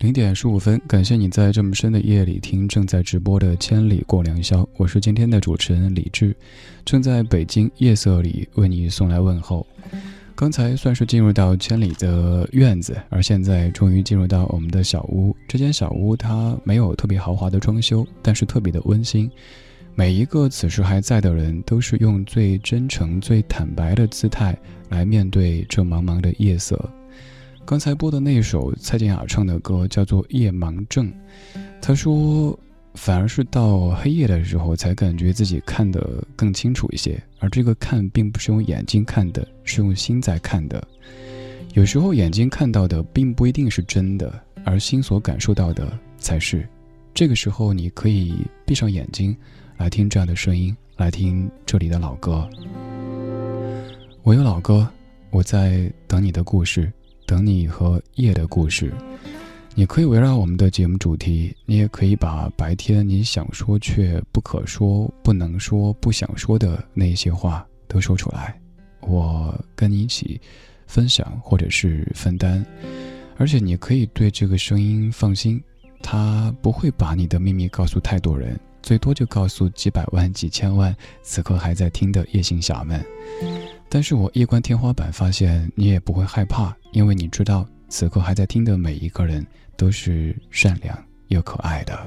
0点15分，感谢你在这么深的夜里听正在直播的千里过良宵，我是今天的主持人李志，正在北京夜色里为你送来问候。刚才算是进入到千里的院子，而现在终于进入到我们的小屋。这间小屋它没有特别豪华的装修，但是特别的温馨。每一个此时还在的人都是用最真诚最坦白的姿态来面对这茫茫的夜色。刚才播的那首蔡健雅唱的歌叫做《夜盲症》，他说反而是到黑夜的时候才感觉自己看得更清楚一些，而这个看并不是用眼睛看的，是用心在看的。有时候眼睛看到的并不一定是真的，而心所感受到的才是。这个时候你可以闭上眼睛来听这样的声音，来听这里的老歌。我有老歌，我在等你的故事，等你和夜的故事。你可以围绕我们的节目主题，你也可以把白天你想说却不可说、不能说、不想说的那些话都说出来，我跟你一起分享或者是分担。而且你可以对这个声音放心，它不会把你的秘密告诉太多人，最多就告诉几百万几千万此刻还在听的夜行侠们。但是我一关天花板发现你也不会害怕，因为你知道此刻还在听的每一个人都是善良又可爱的。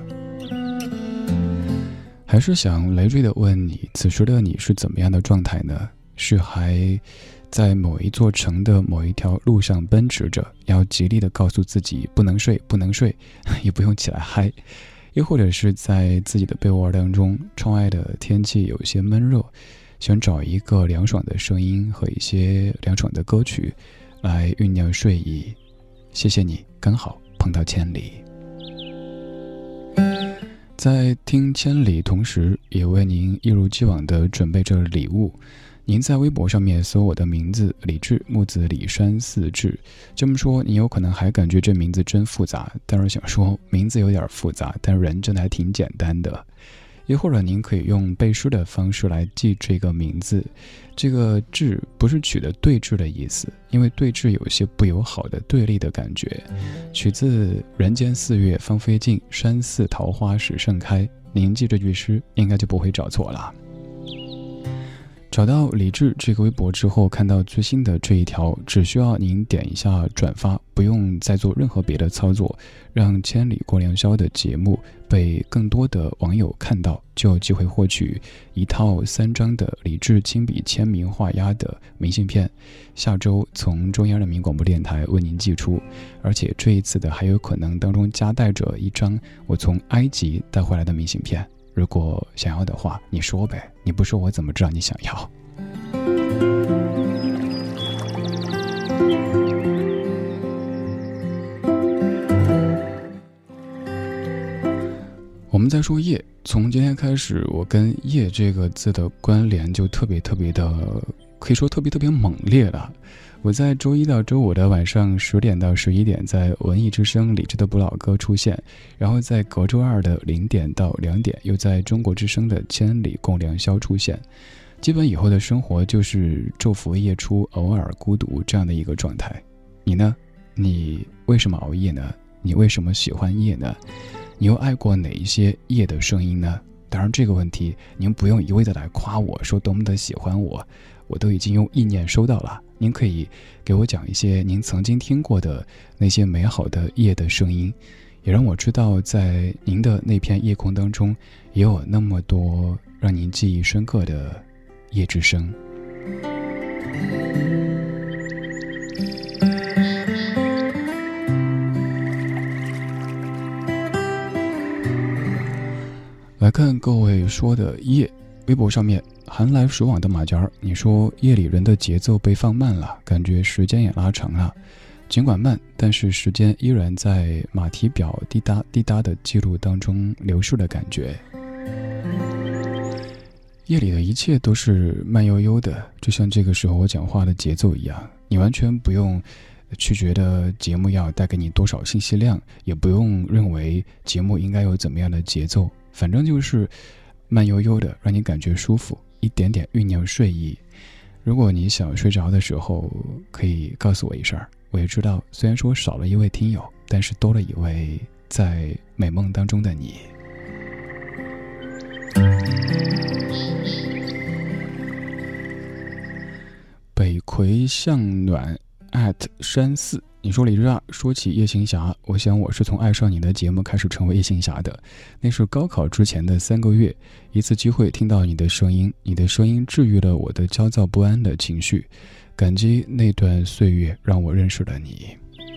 还是想累赘地问你，此时的你是怎么样的状态呢？是还在某一座城的某一条路上奔驰着，要极力地告诉自己不能睡不能睡，也不用起来嗨，又或者是在自己的被窝当中，窗外的天气有些闷热，想找一个凉爽的声音和一些凉爽的歌曲来酝酿睡意。谢谢你刚好碰到千里。在听千里同时，也为您一如既往地准备着礼物。您在微博上面搜我的名字李志，木子李山四志，这么说你有可能还感觉这名字真复杂，但是想说名字有点复杂，但人真的还挺简单的。又或者您可以用背诗的方式来记这个名字，这个志不是取的对峙的意思，因为对峙有些不友好的对立的感觉，取自人间四月芳菲尽，山寺桃花始盛开。您记这句诗应该就不会找错了。找到李志这个微博之后，看到最新的这一条，只需要您点一下转发，不用再做任何别的操作，让千里过良宵的节目被更多的网友看到，就有机会获取一套3张的李志亲笔签名画押的明信片，下周从中央人民广播电台为您寄出。而且这一次的还有可能当中夹带着一张我从埃及带回来的明信片，如果想要的话你说呗，你不说我怎么知道你想要。我们在说夜，从今天开始我跟夜这个字的关联就特别的，可以说特别猛烈了。我在周一到周五的晚上10点到11点在文艺之声李志的不老歌出现，然后在隔周二的0点到2点又在中国之声的千里共良宵出现。基本以后的生活就是昼伏夜出，偶尔孤独这样的一个状态。你呢？你为什么熬夜呢？你为什么喜欢夜呢？你又爱过哪一些夜的声音呢？当然这个问题您不用一味的来夸我说多么的喜欢我，我都已经用意念收到了。您可以给我讲一些您曾经听过的那些美好的夜的声音，也让我知道在您的那片夜空当中也有那么多让您记忆深刻的夜之声。来看各位说的夜，微博上面寒来暑往的马甲儿，你说夜里人的节奏被放慢了，感觉时间也拉长了，尽管慢，但是时间依然在马蹄表滴答滴答的记录当中流逝的感觉。夜里的一切都是慢悠悠的，就像这个时候我讲话的节奏一样，你完全不用去觉得节目要带给你多少信息量，也不用认为节目应该有怎么样的节奏，反正就是慢悠悠的，让你感觉舒服，一点点酝酿睡意。如果你想睡着的时候可以告诉我一声，我也知道虽然说少了一位听友， 但是多了一位在美梦当中的你。北魁向暖山寺，你说李志啊，说起夜行侠，我想我是从爱上你的节目开始成为夜行侠的。那是高考之前的3个月，一次机会听到你的声音，你的声音治愈了我的焦躁不安的情绪，感激那段岁月让我认识了你。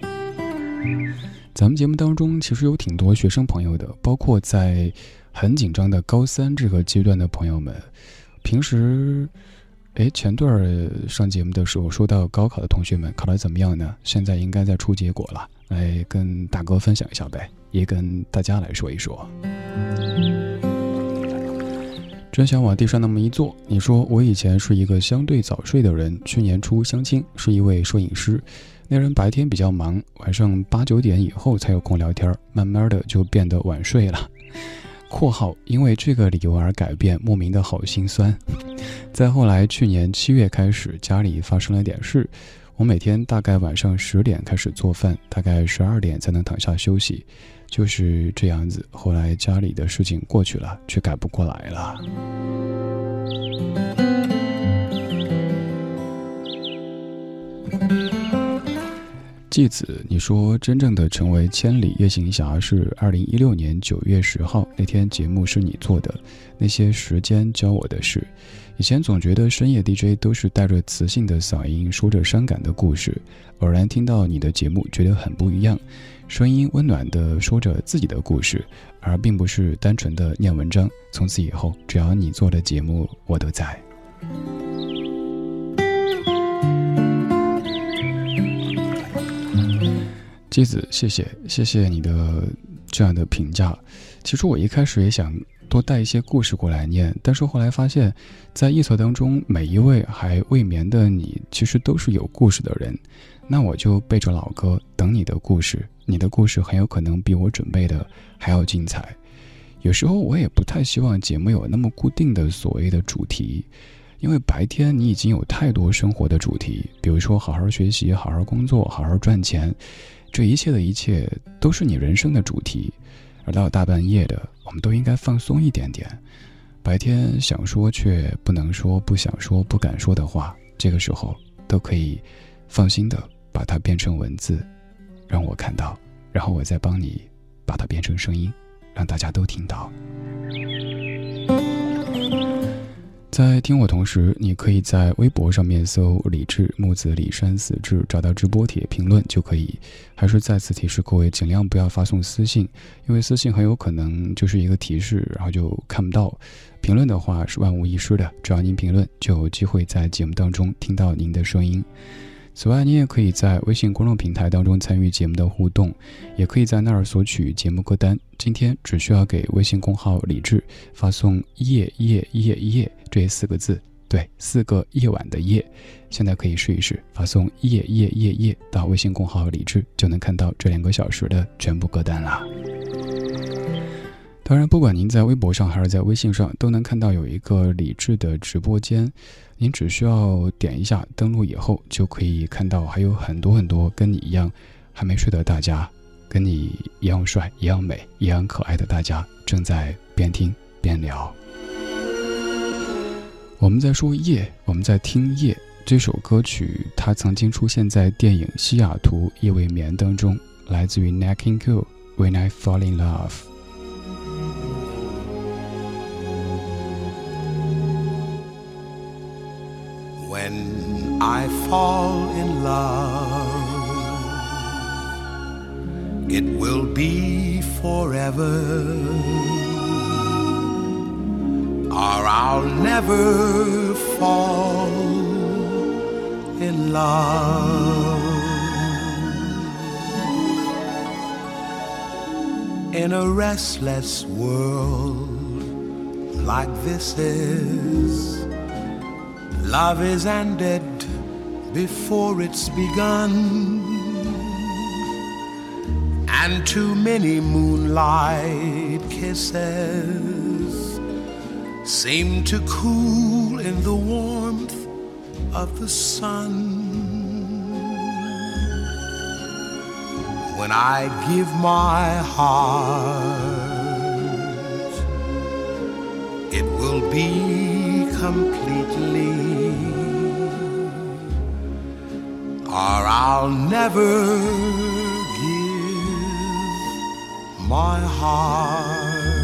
咱们节目当中其实有挺多学生朋友的，包括在很紧张的高3这个阶段的朋友们。平时前段上节目的时候说到高考的同学们考得怎么样呢？现在应该在出结果了，来跟大哥分享一下呗，也跟大家来说一说。真想往地上那么一坐，你说我以前是一个相对早睡的人，去年初相亲，是一位摄影师，那人白天比较忙，晚上8、9点以后才有空聊天，慢慢的就变得晚睡了。括号因为这个理由而改变，莫名的好心酸。再后来去年7月开始，家里发生了点事，我每天大概晚上10点开始做饭，大概12点才能躺下休息，就是这样子。后来家里的事情过去了，却改不过来了。继子，你说真正的成为千里夜行侠是2016年9月10号那天，节目是你做的，那些时间教我的事。以前总觉得深夜 DJ 都是带着磁性的嗓音说着伤感的故事，偶然听到你的节目觉得很不一样，声音温暖地说着自己的故事，而并不是单纯的念文章。从此以后，只要你做的节目我都在。妻子，谢谢你的这样的评价。其实我一开始也想多带一些故事过来念，但是后来发现在夜色当中，每一位还未眠的你其实都是有故事的人，那我就背着老歌等你的故事，你的故事很有可能比我准备的还要精彩。有时候我也不太希望节目有那么固定的所谓的主题，因为白天你已经有太多生活的主题，比如说好好学习，好好工作，好好赚钱，这一切的一切都是你人生的主题。而到大半夜的，我们都应该放松一点点，白天想说却不能说，不想说不敢说的话，这个时候都可以放心的把它变成文字，让我看到，然后我再帮你把它变成声音，让大家都听到。在听我同时，你可以在微博上面搜李志，木子李山四志，找到直播帖评论就可以。还是再次提示各位，尽量不要发送私信，因为私信很有可能就是一个提示，然后就看不到。评论的话是万无一失的，只要您评论，就有机会在节目当中听到您的声音。此外，你也可以在微信公众平台当中参与节目的互动，也可以在那儿索取节目歌单。今天只需要给微信公号李志发送夜夜夜夜这4个字，对，4个夜晚的夜。现在可以试一试，发送夜夜夜夜到微信公号李志，就能看到这2个小时的全部歌单啦。当然，不管您在微博上还是在微信上，都能看到有一个李志的直播间，您只需要点一下登录以后，就可以看到还有很多很多跟你一样还没睡的大家，跟你一样帅、一样美、一样可爱的大家，正在边听边聊。我们在说夜，我们在听夜。这首歌曲它曾经出现在电影《西雅图夜未眠》当中，来自于 Nat King Cole When I Fall in Love。When I fall in love, it will be forever, or I'll never fall in love. In a restless world like this is, love is ended before it's begun, and too many moonlight kisses seem to cool in the warmth of the sun. when I give my heart, it will be completely, or I'll never give my heart.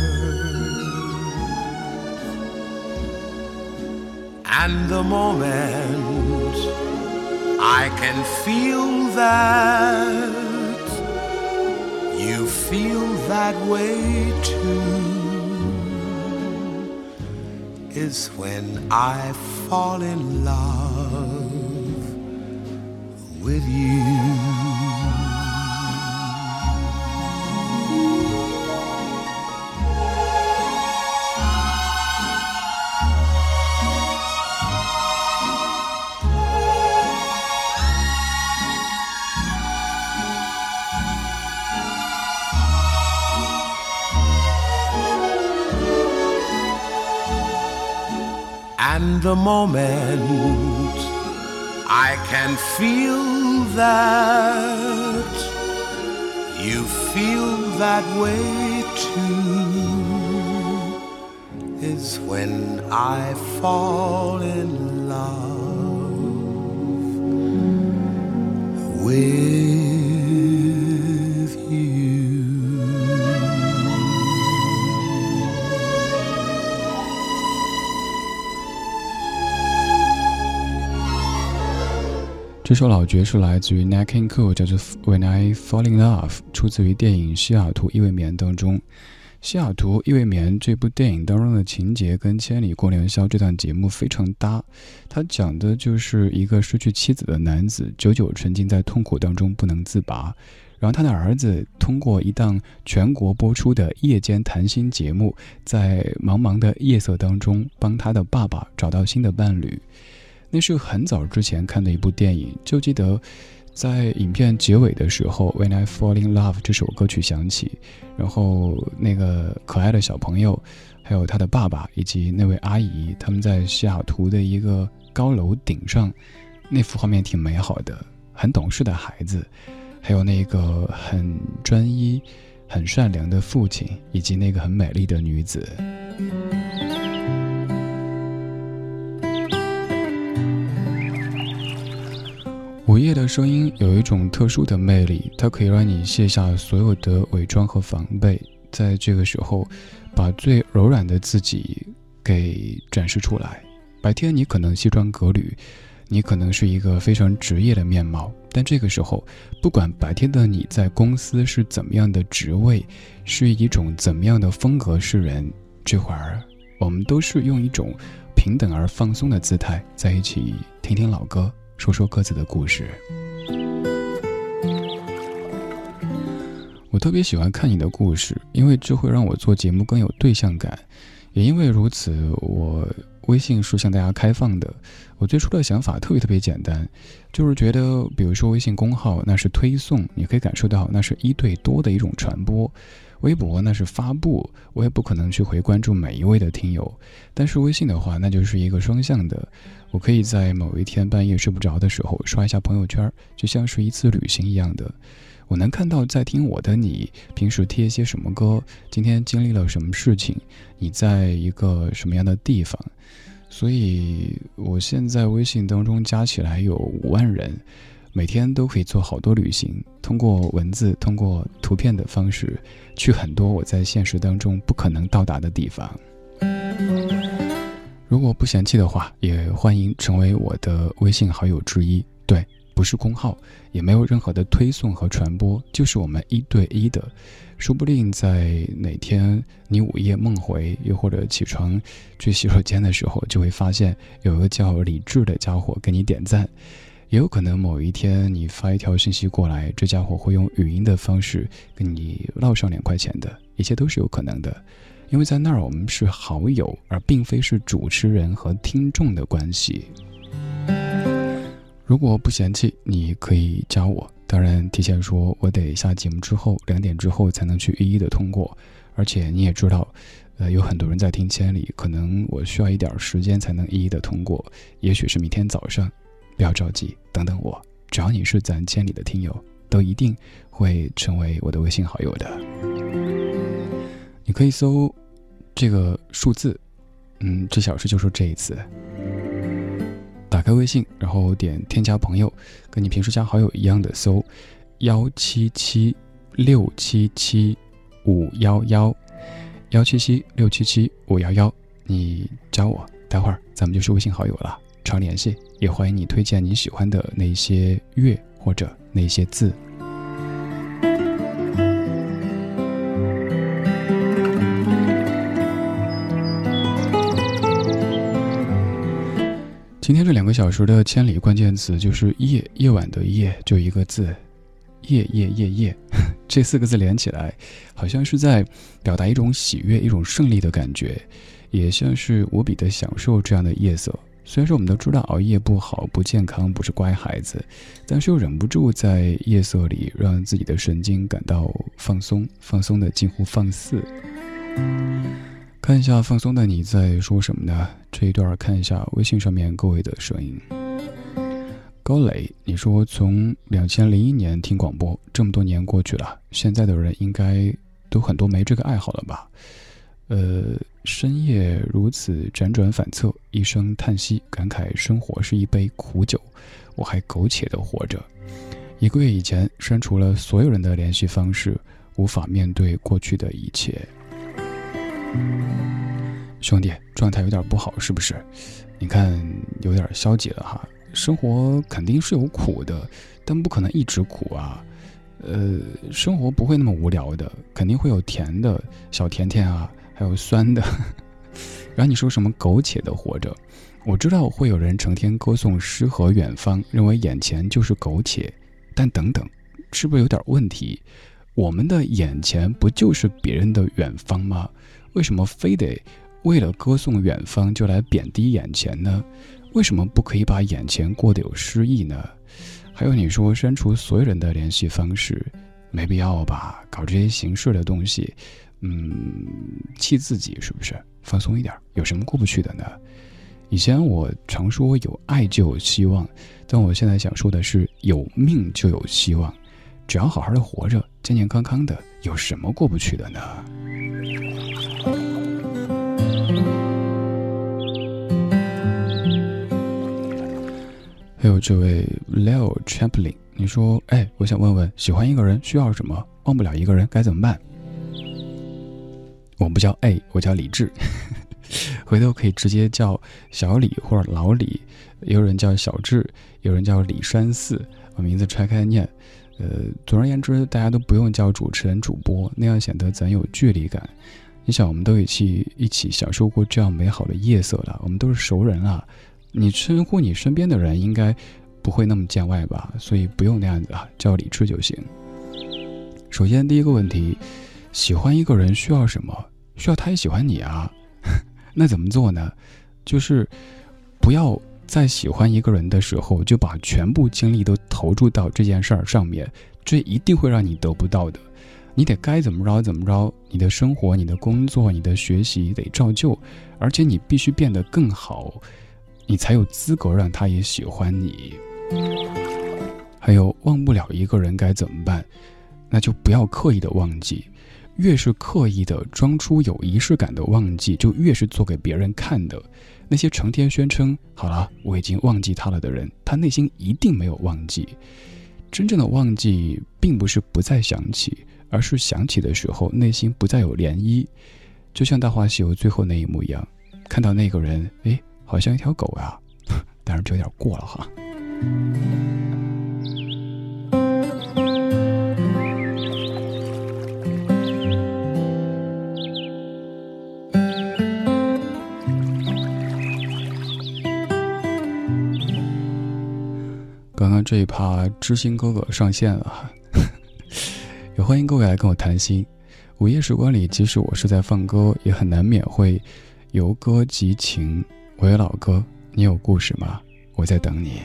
And the moment I can feel that you feel that way too is when I fall in love with you. And the moment I can feel that you feel that way too is when I fall in love with you. 这首老爵是来自于 Nat King Cole， 叫做 When I Fall in Love， 出自于电影《西雅图夜未眠》当中。西雅图夜未眠这部电影当中的情节跟千里过年宵这档节目非常搭，它讲的就是一个失去妻子的男子久久沉浸在痛苦当中不能自拔，然后他的儿子通过一档全国播出的夜间谈心节目，在茫茫的夜色当中帮他的爸爸找到新的伴侣。那是很早之前看的一部电影，就记得在影片结尾的时候 When I Fall in Love 这首歌曲响起，然后那个可爱的小朋友还有他的爸爸以及那位阿姨，他们在西雅图的一个高楼顶上，那幅画面挺美好的，很懂事的孩子，还有那个很专一很善良的父亲，以及那个很美丽的女子。午夜的声音有一种特殊的魅力，它可以让你卸下所有的伪装和防备，在这个时候把最柔软的自己给展示出来。白天你可能西装革履，你可能是一个非常职业的面貌，但这个时候不管白天的你在公司是怎么样的职位，是一种怎么样的风格示人，这会儿我们都是用一种平等而放松的姿态在一起听听老歌，说说各自的故事。我特别喜欢看你的故事，因为这会让我做节目更有对象感，也因为如此，我微信是向大家开放的。我最初的想法特别简单，就是觉得比如说微信公号那是推送，你可以感受到那是一对多的一种传播，微博那是发布，我也不可能去回关注每一位的听友，但是微信的话那就是一个双向的，我可以在某一天半夜睡不着的时候刷一下朋友圈，就像是一次旅行一样的，我能看到在听我的你平时贴些什么歌，今天经历了什么事情，你在一个什么样的地方。所以我现在微信当中加起来有5万人，每天都可以做好多旅行，通过文字通过图片的方式去很多我在现实当中不可能到达的地方。如果不嫌弃的话，也欢迎成为我的微信好友之一。对，不是公号，也没有任何的推送和传播，就是我们1对1的。说不定在哪天你午夜梦回，又或者起床去洗手间的时候，就会发现有一个叫李志的家伙给你点赞，也有可能某一天你发一条信息过来，这家伙会用语音的方式跟你唠上2块钱的，一切都是有可能的。因为在那儿我们是好友，而并非是主持人和听众的关系。如果不嫌弃，你可以加我，当然提前说我得下节目之后2点之后才能去一一的通过，而且你也知道有很多人在听千里，可能我需要一点时间才能一一的通过，也许是明天早上，不要着急，等等我，只要你是咱千里的听友， 都一定会成为我的微信好友的。你可以搜这个数字，这小事就说这一次。打开微信，然后点添加朋友，跟你平时加好友一样的搜177677511，177677511，你加我，待会儿咱们就是微信好友了，常联系。也欢迎你推荐你喜欢的那些乐或者那些字。今天这2个小时的千里关键词就是夜，夜晚的夜，就一个字，夜夜夜夜。这4个字连起来，好像是在表达一种喜悦、一种胜利的感觉，也像是无比的享受这样的夜色。虽然说我们都知道熬夜不好、不健康、不是乖孩子，但是又忍不住在夜色里让自己的神经感到放松，放松的近乎放肆。看一下放松的你在说什么呢？这一段看一下微信上面各位的声音。高磊，你说从2001年听广播，这么多年过去了，现在的人应该都很多没这个爱好了吧？深夜如此辗转反侧，一声叹息，感慨生活是一杯苦酒，我还苟且地活着。1个月以前删除了所有人的联系方式，无法面对过去的一切。兄弟，状态有点不好是不是？你看有点消极了哈。生活肯定是有苦的，但不可能一直苦啊。生活不会那么无聊的，肯定会有甜的小甜甜啊，还有酸的。然后你说什么苟且的活着，我知道会有人成天歌颂诗和远方，认为眼前就是苟且，但等等，是不是有点问题？我们的眼前不就是别人的远方吗？为什么非得为了歌颂远方就来贬低眼前呢？为什么不可以把眼前过得有诗意呢？还有你说删除所有人的联系方式，没必要吧？搞这些形式的东西，气自己是不是？放松一点，有什么过不去的呢？以前我常说有爱就有希望，但我现在想说的是有命就有希望。只要好好的活着，健健康康的，有什么过不去的呢？还有这位 Leo Chaplin， 你说我想问问，喜欢一个人需要什么？忘不了一个人该怎么办？我不叫我叫李志。回头可以直接叫小李或者老李，有人叫小志，有人叫李山寺，把名字拆开念。总而言之，大家都不用叫主持人主播，那样显得咱有距离感。你想，我们都一起享受过这样美好的夜色了，我们都是熟人啊。你称呼你身边的人应该不会那么见外吧，所以不用那样子啊，叫李志就行。首先第一个问题，喜欢一个人需要什么？需要他也喜欢你啊。那怎么做呢？就是不要在喜欢一个人的时候就把全部精力都投注到这件事儿上面，这一定会让你得不到的。你得该怎么着怎么着，你的生活、你的工作、你的学习得照旧，而且你必须变得更好，你才有资格让他也喜欢你。还有忘不了一个人该怎么办？那就不要刻意的忘记，越是刻意的装出有仪式感的忘记，就越是做给别人看的。那些成天宣称好了我已经忘记他了的人，他内心一定没有忘记。真正的忘记并不是不再想起，而是想起的时候内心不再有涟漪。就像大话西游最后那一幕一样，看到那个人好像一条狗啊，当然就有点过了哈。刚刚这一趴知心哥哥上线了，也欢迎各位来跟我谈心。午夜时光里，即使我是在放歌，也很难免会由歌及情。我有老歌，你有故事吗？我在等你。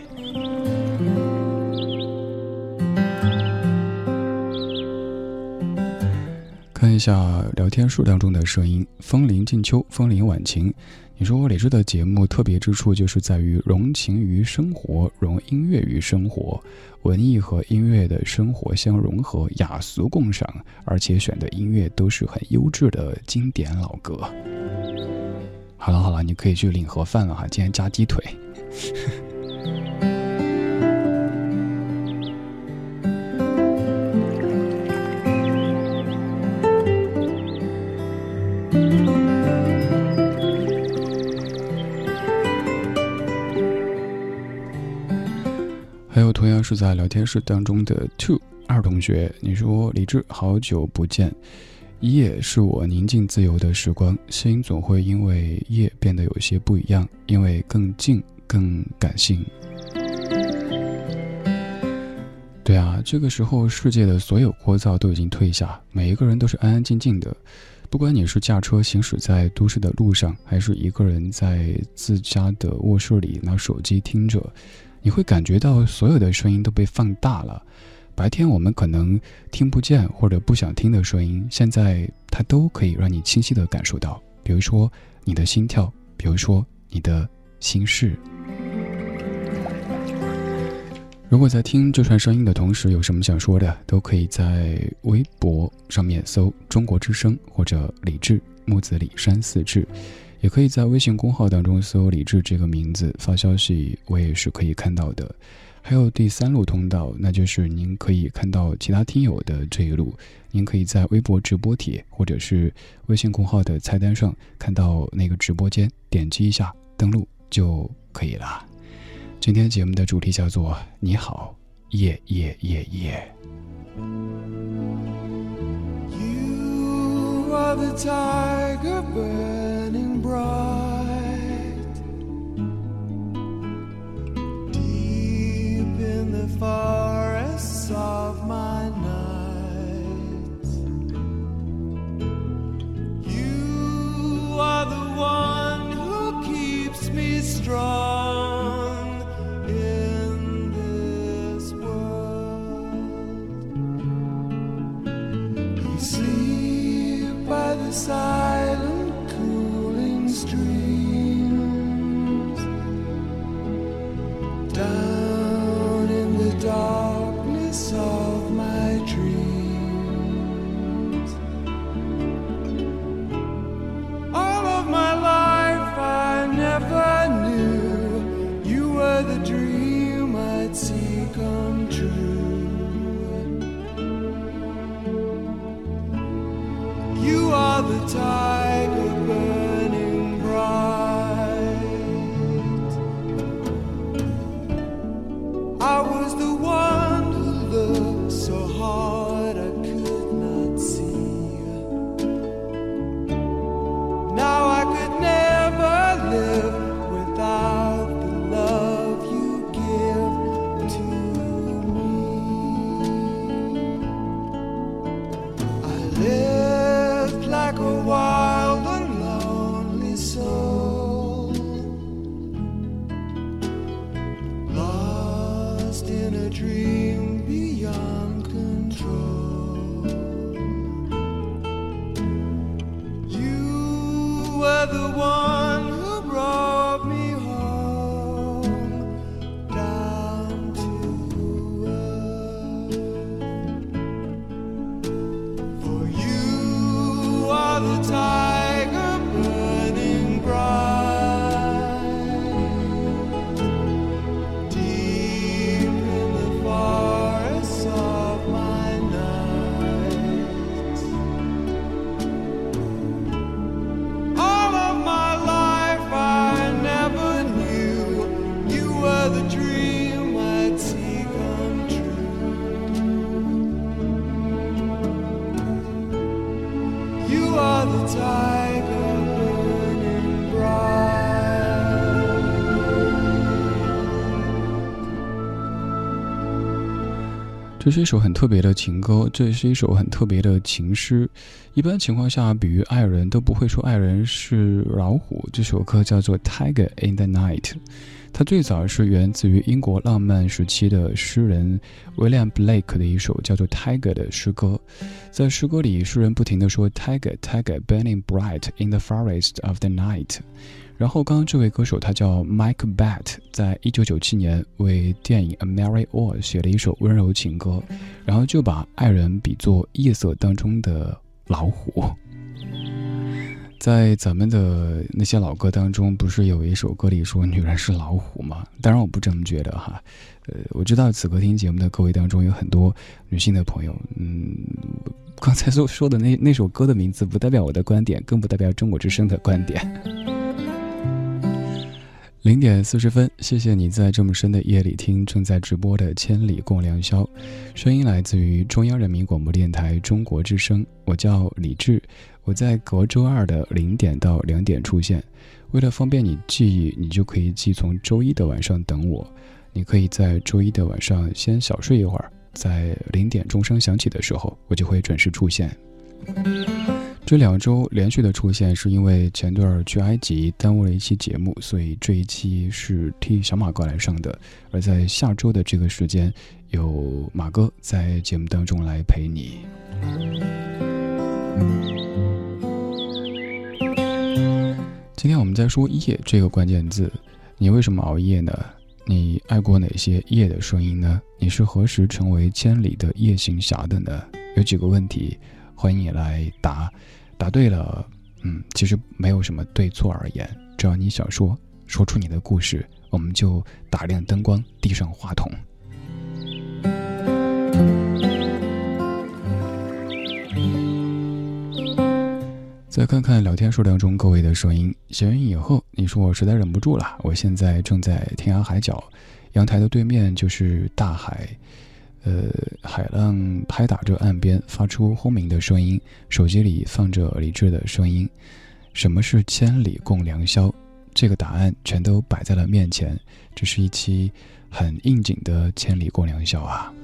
看一下聊天数当中的声音。风铃近秋，风铃晚晴。 你说李志的节目特别之处就是在于融情于生活，融音乐于生活，文艺和音乐的生活相融合，雅俗共赏，而且选的音乐都是很优质的经典老歌。好了好了，你可以去领盒饭了哈，今天加鸡腿。还有同样是在聊天室当中的 Two 二同学，你说李志好久不见，夜是我宁静自由的时光，心总会因为夜变得有些不一样，因为更静更感性。对啊，这个时候世界的所有聒噪都已经退下，每一个人都是安安静静的。不管你是驾车行驶在都市的路上，还是一个人在自家的卧室里拿手机听着，你会感觉到所有的声音都被放大了。白天我们可能听不见或者不想听的声音，现在它都可以让你清晰地感受到，比如说你的心跳，比如说你的心事。如果在听这串声音的同时有什么想说的，都可以在微博上面搜中国之声或者李志，木子李山四志，也可以在微信公号当中搜李志这个名字发消息，我也是可以看到的。还有第三路通道，那就是您可以看到其他听友的这一路，您可以在微博直播帖或者是微信公号的菜单上看到那个直播间，点击一下登录就可以了。今天节目的主题叫做你好夜夜夜夜。 You are the tiger burning bright deep in the forests of my nights. You are the one who keeps me strong in this world. You sleep by the silent cooling streams, down in the darkness of my dreams. All of my life I never knew you were the dream I'd see come true. You are the tiger burning bright. I was the one who looked so hard I could not see. Now I could never live without the love you give to me. I lived like a wild and lonely soul, lost in a dream beyond control. You were the one who brought me home down to earth. For you are the tiger burning bright, deep in the forests of my nights. All of my life I never knew you were the dream I'd see come true. You are the tiger burning bright. 这是一首很特别的情歌，这是一首很特别的情诗。一般情况下，比喻爱人都不会说爱人是老虎。这首歌叫做《Tiger in the Night》。 它最早是源自于英国浪漫时期的诗人 William Blake 的一首叫做 Tiger 的诗歌。在诗歌里，诗人不停地说 Tiger, Tiger, burning bright in the forest of the night。然后刚刚这位歌手他叫 Mike Batt， 在1997年为电影 A Merry War 写了一首温柔情歌，然后就把爱人比作夜色当中的老虎。在咱们的那些老歌当中，不是有一首歌里说女人是老虎吗？当然我不这么觉得哈。我知道此刻听节目的各位当中有很多女性的朋友，刚才说的那首歌的名字不代表我的观点，更不代表中国之声的观点。0点40分，谢谢你在这么深的夜里听正在直播的《千里共良宵》，声音来自于中央人民广播电台中国之声。我叫李志，我在隔周二的0点到2点出现。为了方便你记忆，你就可以记从周一的晚上等我。你可以在周一的晚上先小睡一会儿，在0点钟声响起的时候，我就会准时出现。这2周连续的出现是因为前段去埃及耽误了一期节目，所以这一期是替小马哥来上的。而在下周的这个时间，有马哥在节目当中来陪你。今天我们在说夜这个关键字，你为什么熬夜呢？你爱过哪些夜的声音呢？你是何时成为千里的夜行侠的呢？有几个问题，欢迎你来答。答对了，其实没有什么对错而言，只要你想说出你的故事，我们就打亮灯光，递上话筒。再看看聊天数量中各位的声音，写完以后，你说我实在忍不住了，我现在正在天涯海角，阳台的对面就是大海。海浪拍打着岸边，发出轰鸣的声音，手机里放着李志的声音。什么是千里共良宵？这个答案全都摆在了面前，这是一期很应景的千里共良宵啊。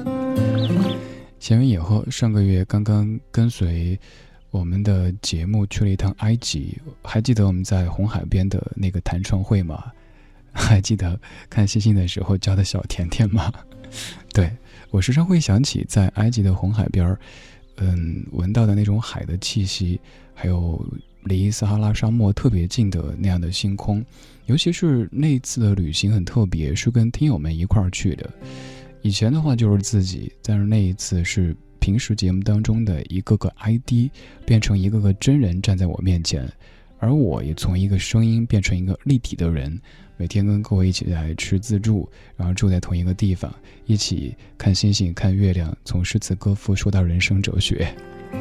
闲完以后，上个月刚刚跟随我们的节目去了一趟埃及，还记得我们在红海边的那个弹窗会吗？还记得看星星的时候叫的小甜甜吗？对，我时常会想起在埃及的红海边闻到的那种海的气息，还有离撒哈拉沙漠特别近的那样的星空。尤其是那一次的旅行很特别，是跟听友们一块儿去的。以前的话就是自己，但是那一次是平时节目当中的一个个 ID 变成一个个真人站在我面前，而我也从一个声音变成一个立体的人，每天跟各位一起来吃自助，然后住在同一个地方，一起看星星看月亮，从诗词歌赋说到人生哲学。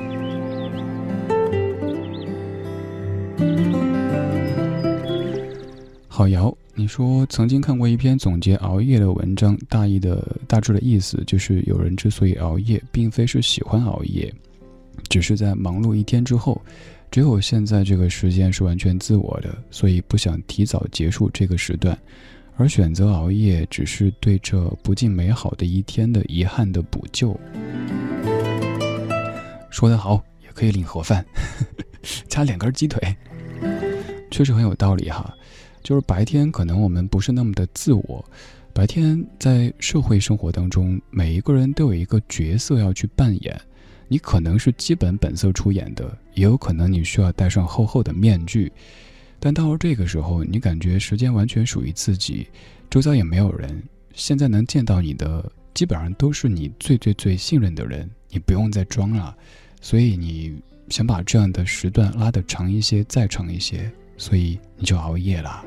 郝瑶，你说曾经看过一篇总结熬夜的文章，大致的意思就是有人之所以熬夜，并非是喜欢熬夜，只是在忙碌一天之后，只有现在这个时间是完全自我的，所以不想提早结束这个时段，而选择熬夜只是对这不尽美好的一天的遗憾的补救。说得好，也可以领盒饭加2根鸡腿，确实很有道理哈。就是白天可能我们不是那么的自我，白天在社会生活当中，每一个人都有一个角色要去扮演，你可能是基本本色出演的，也有可能你需要戴上厚厚的面具。但到了这个时候，你感觉时间完全属于自己，周遭也没有人，现在能见到你的基本上都是你最最最信任的人，你不用再装了，所以你想把这样的时段拉得长一些，再长一些，所以你就熬夜了。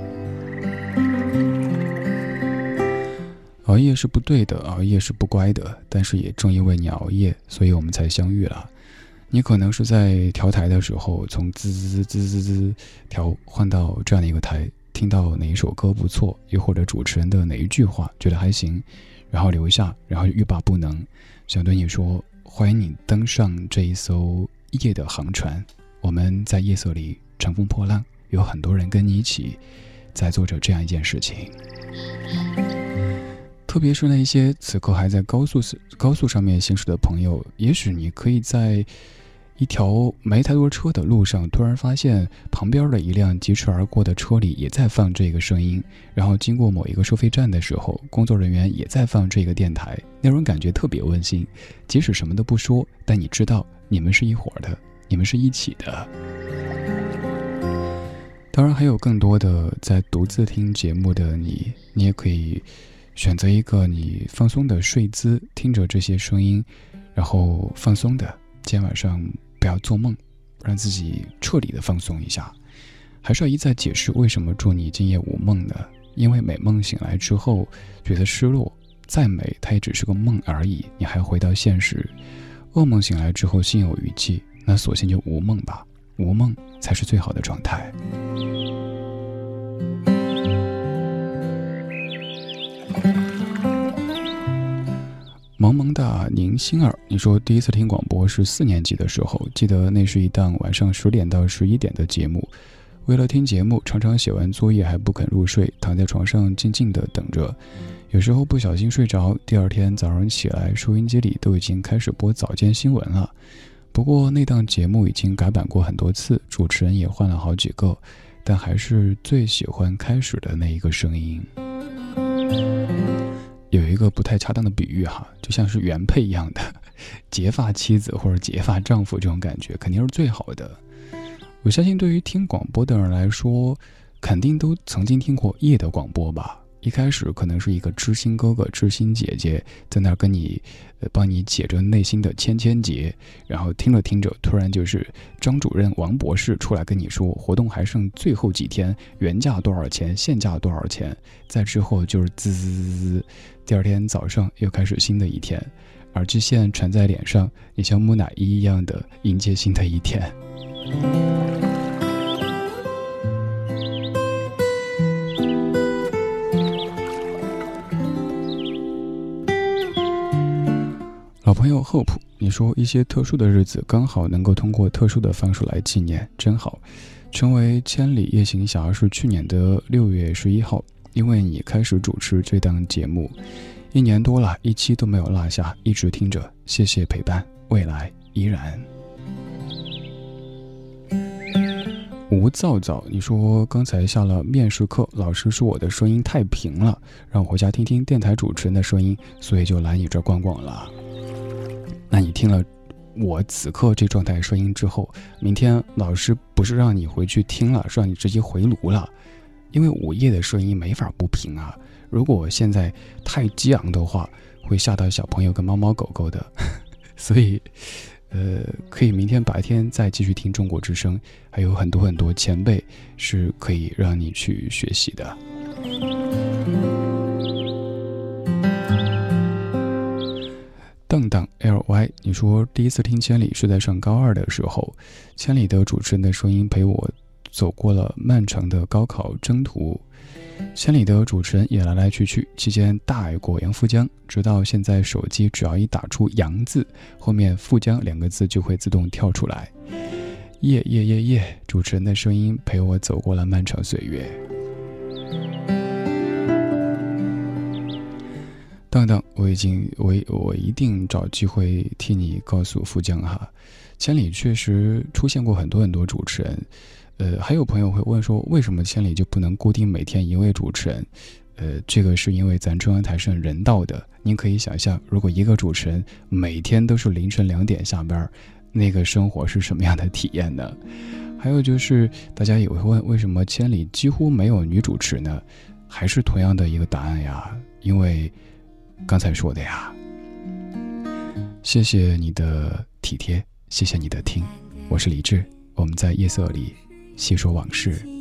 熬夜是不对的，熬夜是不乖的，但是也正因为你熬夜，所以我们才相遇了。你可能是在调台的时候，从滋滋滋滋滋调换到这样的一个台，听到哪一首歌不错，又或者主持人的哪一句话觉得还行，然后留下，然后欲罢不能，想对你说，欢迎你登上这一艘夜的航船，我们在夜色里乘风破浪，有很多人跟你一起在做着这样一件事情。特别是那些此刻还在高速上面行驶的朋友，也许你可以在一条没太多车的路上，突然发现旁边的一辆疾驰而过的车里也在放这个声音，然后经过某一个收费站的时候，工作人员也在放这个电台，那种感觉特别温馨。即使什么都不说，但你知道你们是一伙的，你们是一起的。当然还有更多的在独自听节目的你也可以选择一个你放松的睡姿，听着这些声音，然后放松的，今天晚上不要做梦，让自己彻底的放松一下。还是要一再解释为什么祝你今夜无梦呢？因为美梦醒来之后觉得失落，再美它也只是个梦而已，你还回到现实。噩梦醒来之后心有余悸，那索性就无梦吧，无梦才是最好的状态。萌萌的宁心儿，你说第一次听广播是4年级的时候，记得那是一档晚上10点到11点的节目。为了听节目，常常写完作业还不肯入睡，躺在床上静静地等着。有时候不小心睡着，第二天早上起来，收音机里都已经开始播早间新闻了。不过那档节目已经改版过很多次，主持人也换了好几个，但还是最喜欢开始的那一个声音。有一个不太恰当的比喻哈，就像是原配一样的，结发妻子或者结发丈夫这种感觉肯定是最好的。我相信对于听广播的人来说，肯定都曾经听过夜的广播吧。一开始可能是一个知心哥哥知心姐姐在那儿跟你帮你解着内心的千千结，然后听着听着突然就是张主任王博士出来跟你说活动还剩最后几天，原价多少钱，现价多少钱，再之后就是滋，第二天早上又开始新的一天，耳机线缠在脸上，你像木乃伊一样的迎接新的一天。老朋友 Hope， 你说一些特殊的日子刚好能够通过特殊的方式来纪念，真好。成为千里夜行侠是去年的6月11号，因为你开始主持这档节目，1年多了，一期都没有落下，一直听着，谢谢陪伴，未来依然。吴躁躁，你说刚才下了面试课，老师说我的声音太平了，让我回家听听电台主持人的声音，所以就来你这逛逛了。那你听了我此刻这状态声音之后，明天老师不是让你回去听了，是让你直接回炉了，因为午夜的声音没法不平啊。如果我现在太激昂的话，会吓到小朋友跟猫猫狗狗的，所以可以明天白天再继续听中国之声，还有很多很多前辈是可以让你去学习的。荡荡 LY， 你说第一次听千里是在上高2的时候，千里的主持人的声音陪我走过了漫长的高考征途，千里的主持人也来来去去，期间大爱过杨富江，直到现在手机只要一打出杨字，后面富江2个字就会自动跳出来。夜夜夜夜，主持人的声音陪我走过了漫长岁月。荡荡，我一定找机会替你告诉富江哈，千里确实出现过很多很多主持人，还有朋友会问说，为什么千里就不能固定每天一位主持人？这个是因为咱中央台是很人道的，您可以想象，如果一个主持人每天都是凌晨2点下班，那个生活是什么样的体验呢？还有就是大家也会问，为什么千里几乎没有女主持呢？还是同样的一个答案呀，因为刚才说的呀。谢谢你的体贴，谢谢你的听，我是李志，我们在夜色里细说往事。